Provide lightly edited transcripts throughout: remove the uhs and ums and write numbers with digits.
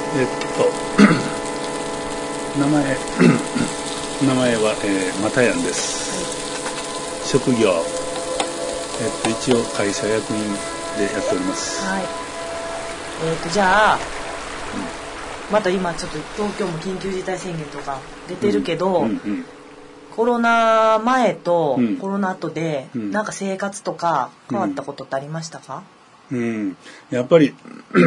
えっと名前は、マタヤンです、職業、一応会社役員でやっております。 はい。じゃあ、また今ちょっと東京も緊急事態宣言とか出てるけど、コロナ前とコロナ後で、なんか生活とか変わったことってありましたか？ やっぱり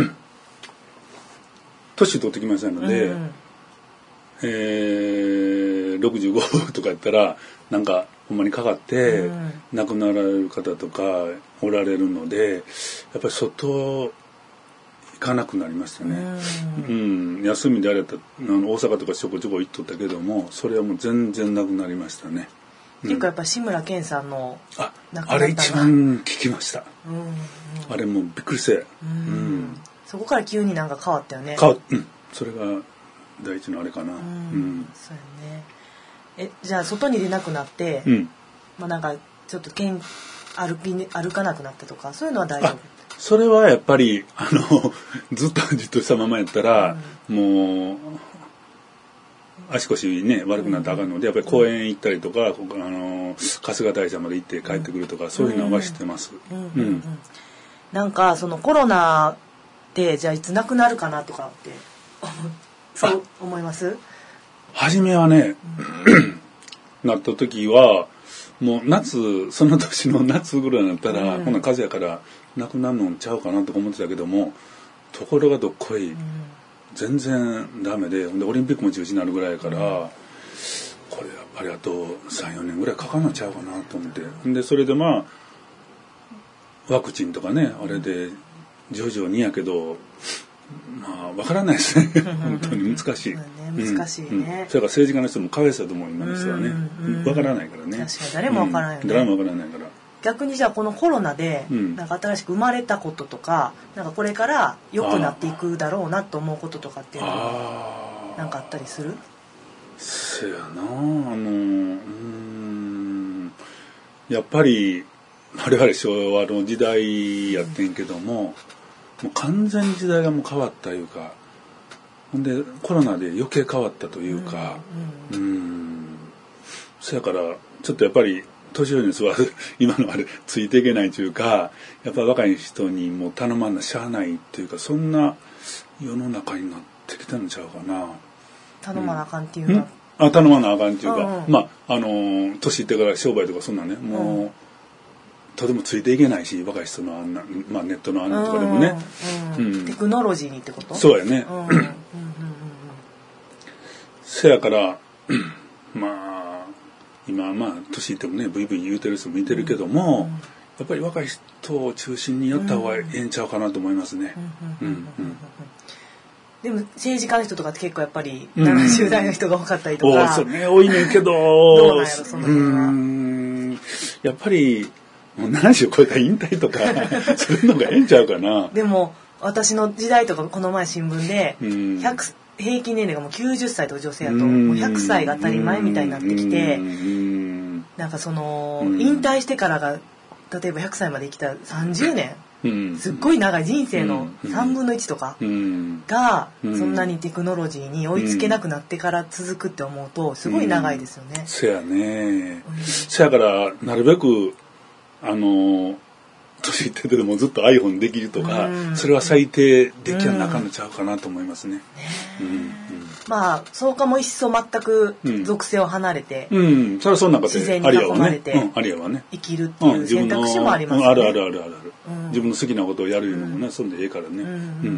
年取ってきましたので、65とかやったらなんかほんまにかかって亡くなられる方とかおられるので、やっぱり外行かなくなりましたね。休みであれた大阪とかちょこちょこ行っとったけども、それはもう全然なくなりましたね。 っていうかやっぱ志村けんさんのあれ一番聞きました。あれもうびっくりして、 そこから急になんか変わったよね。 それが第一のあれかな。 そうやね。じゃあ外に出なくなって、なんかちょっと歩かなくなったとかそういうのは大丈夫？ それはやっぱりずっとじっとしたままやったら、もう足腰ね悪くなったらあかんので、やっぱり公園行ったりとか、春日大社まで行って帰ってくるとか、そういうのはしてます。 なんかそのコロナってじゃあいつなくなるかなとかってそう思います？ 初めはね、なった時はもうその年の夏ぐらいになったら、こんな風邪やからなくなるのちゃうかなとか思ってたけども、ところがどっこい、全然ダメで、オリンピックも中止になるぐらいから、これやっぱりあと 3,4 年ぐらいかかるのちゃうかなと思って、でそれでワクチンとかね、あれで徐々にやけどわからないですね。本当に難しい。 難しいね。 それから政治家の人もかわいそうだと思いますよね。わからないからね。 確かに誰もわからないよね。 誰もわからないから。 逆にじゃあこのコロナでなんか新しく生まれたこととか、なんかこれから良くなっていくだろうなと思うこととかっていうのはなんかあったりする？ せやな、やっぱり我々昭和の時代やってんけども、もう完全に時代がもう変わったいうか、ほんでコロナで余計変わったというか、そやからちょっとやっぱり年寄りに座る今のあれついていけないというか、やっぱ若い人にも頼まなしゃあないっていうか、そんな世の中になってきたんちゃうかな。 頼まなあかんっていうのは、頼まなあかんっていうか、年いってから商売とかそんなね、もうとてもついていけないし、若い人のネットのとかでもね、 テクノロジーにってこと？ そうやね。せやから今年いってもねブイブイ言うてる人もいてるけども、やっぱり若い人を中心にやった方がええんちゃうかなと思いますね。 でも政治家の人とかって結構やっぱり70代の人が多かったりとか、 そうね、多いねんけど、 どうなんやろその辺は。 やっぱりもう70超えたら引退とかそういうのがええんちゃうかな。 でも私の時代とかこの前新聞で平均年齢がもう90歳とか女性やともう100歳が当たり前みたいになってきて、なんかその引退してからが例えば100歳まで生きた30年、すっごい長い人生の3分の1とかがそんなにテクノロジーに追いつけなくなってから続くって思うとすごい長いですよね。 そやね。そやからなるべく年いっててもずっと iPhone できるとか、それは最低できやなあかんのちゃうかなと思いますね。 そうかも一層全く属性を離れて、 それはそんなこと自然に囲まれて生きるっていう選択肢もありますね。 ある。自分の好きなことをやるのもね、そんでええからね。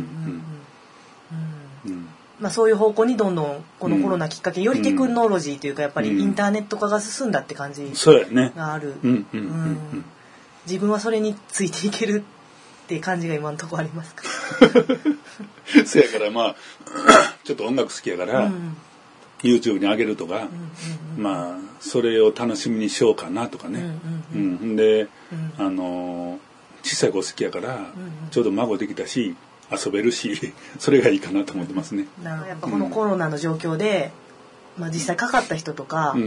そういう方向にどんどんこのコロナきっかけよりテクノロジーというかやっぱりインターネット化が進んだって感じがある。自分はそれについていけるって感じが今のところありますか？ そやからちょっと音楽好きやから、YouTube に上げるとか、それを楽しみにしようかなとかね。で、小さい子好きやから、ちょうど孫できたし遊べるし、それがいいかなと思ってますね。 やっぱこのコロナの状況で、実際かかった人とか、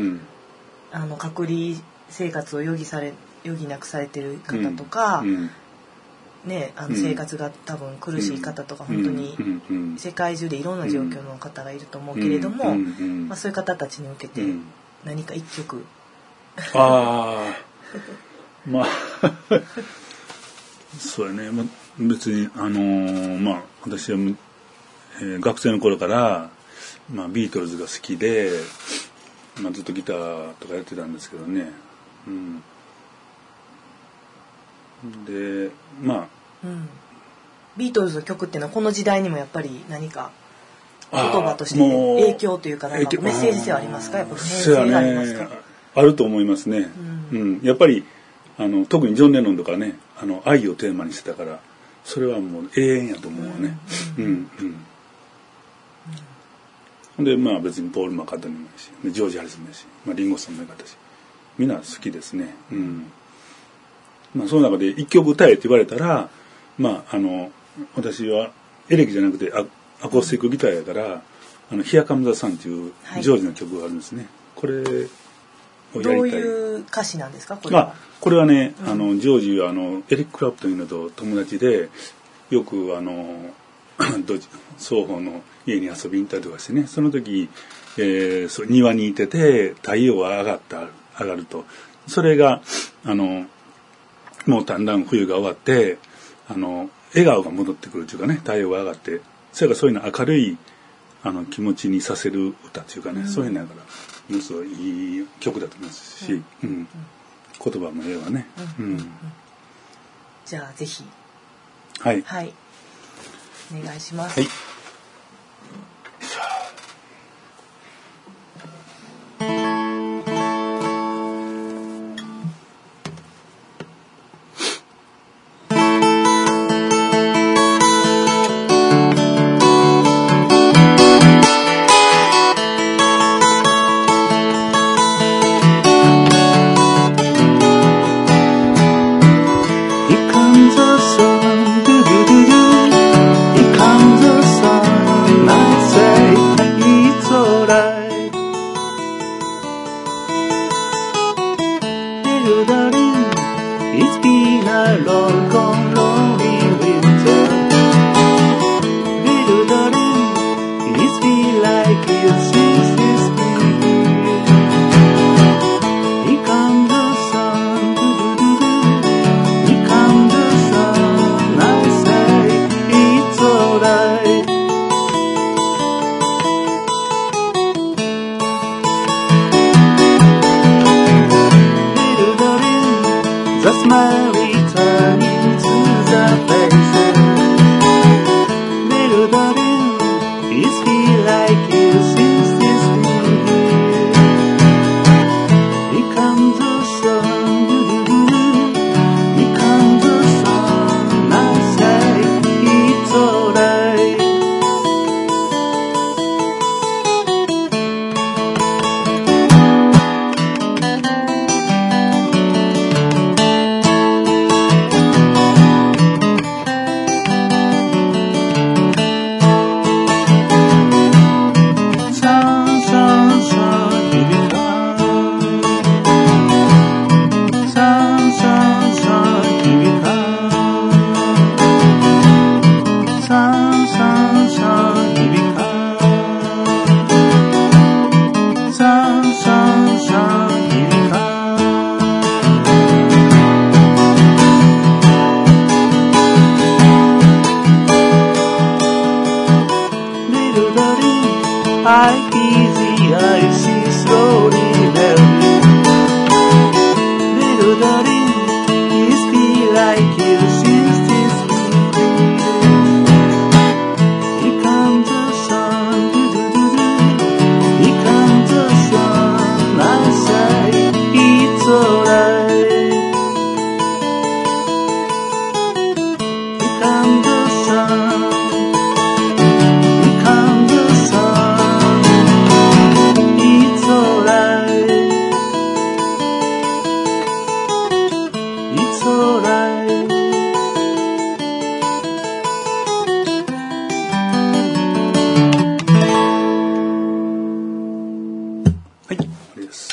隔離生活を余儀なくされてる方とか、 ね、生活が多分苦しい方とか本当に世界中でいろんな状況の方がいると思うけれども、まあ、そういう方たちに向けて何か一曲、 ああまあそうやね、まあ、別にまあ私は、学生の頃から、まあ、ビートルズが好きで、まあ、ずっとギターとかやってたんですけどね、でまあ、 ビートルズの曲っていうのはこの時代にもやっぱり何か言葉として影響というか、なんかメッセージ性はありますか？やっぱ普遍性がありますか？ あると思いますね、やっぱり特にジョン・レノンとかね、愛をテーマにしてたから、それはもう永遠やと思うわね。でまあ別にポール・マッカートニーもいいし、ジョージ・ハリスンもいいし、まあ、リンゴさんもよかったし、みんな好きですね。まあその中で一曲歌えって言われたら、まあ私はエレキじゃなくてアコースティックギターやから、Here Comes the Sun っていうジョージの曲があるんですね。これをやりたい。 どういう歌詞なんですか？これは。 これはね、ジョージはエリック・クラプトンのと友達で、よく双方の家に遊びに行ったりとかしてね、その時、庭にいてて太陽が上がると、それがもうだんだん冬が終わって笑顔が戻ってくるというかね、太陽が上がって、それからそういうの明るい気持ちにさせる歌というかね、そういうのだからものすごいいい曲だと思いますし、言葉もええわね。 じゃあぜひはい、 はい、お願いします。 はい。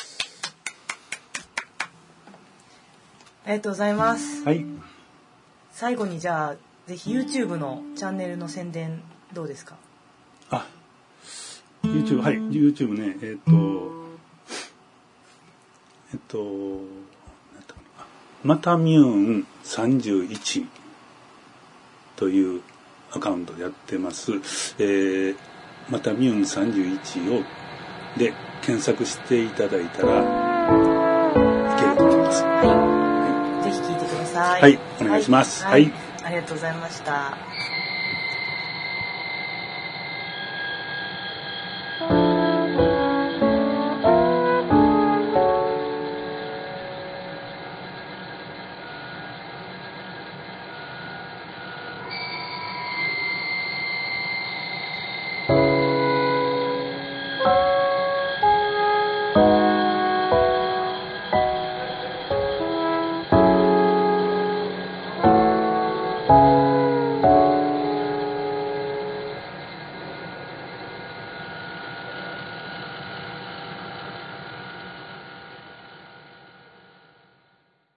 ありがとうございます。 はい。 最後にじゃあぜひ YouTube のチャンネルの宣伝どうですか？ あ、YouTube、はい、YouTube ね、またミューン31というアカウントでやってます。またミューン31をで検索していただいたらいけると思います。はい。 ぜひ聞いてください。 はい、お願いします。はい。 ありがとうございました。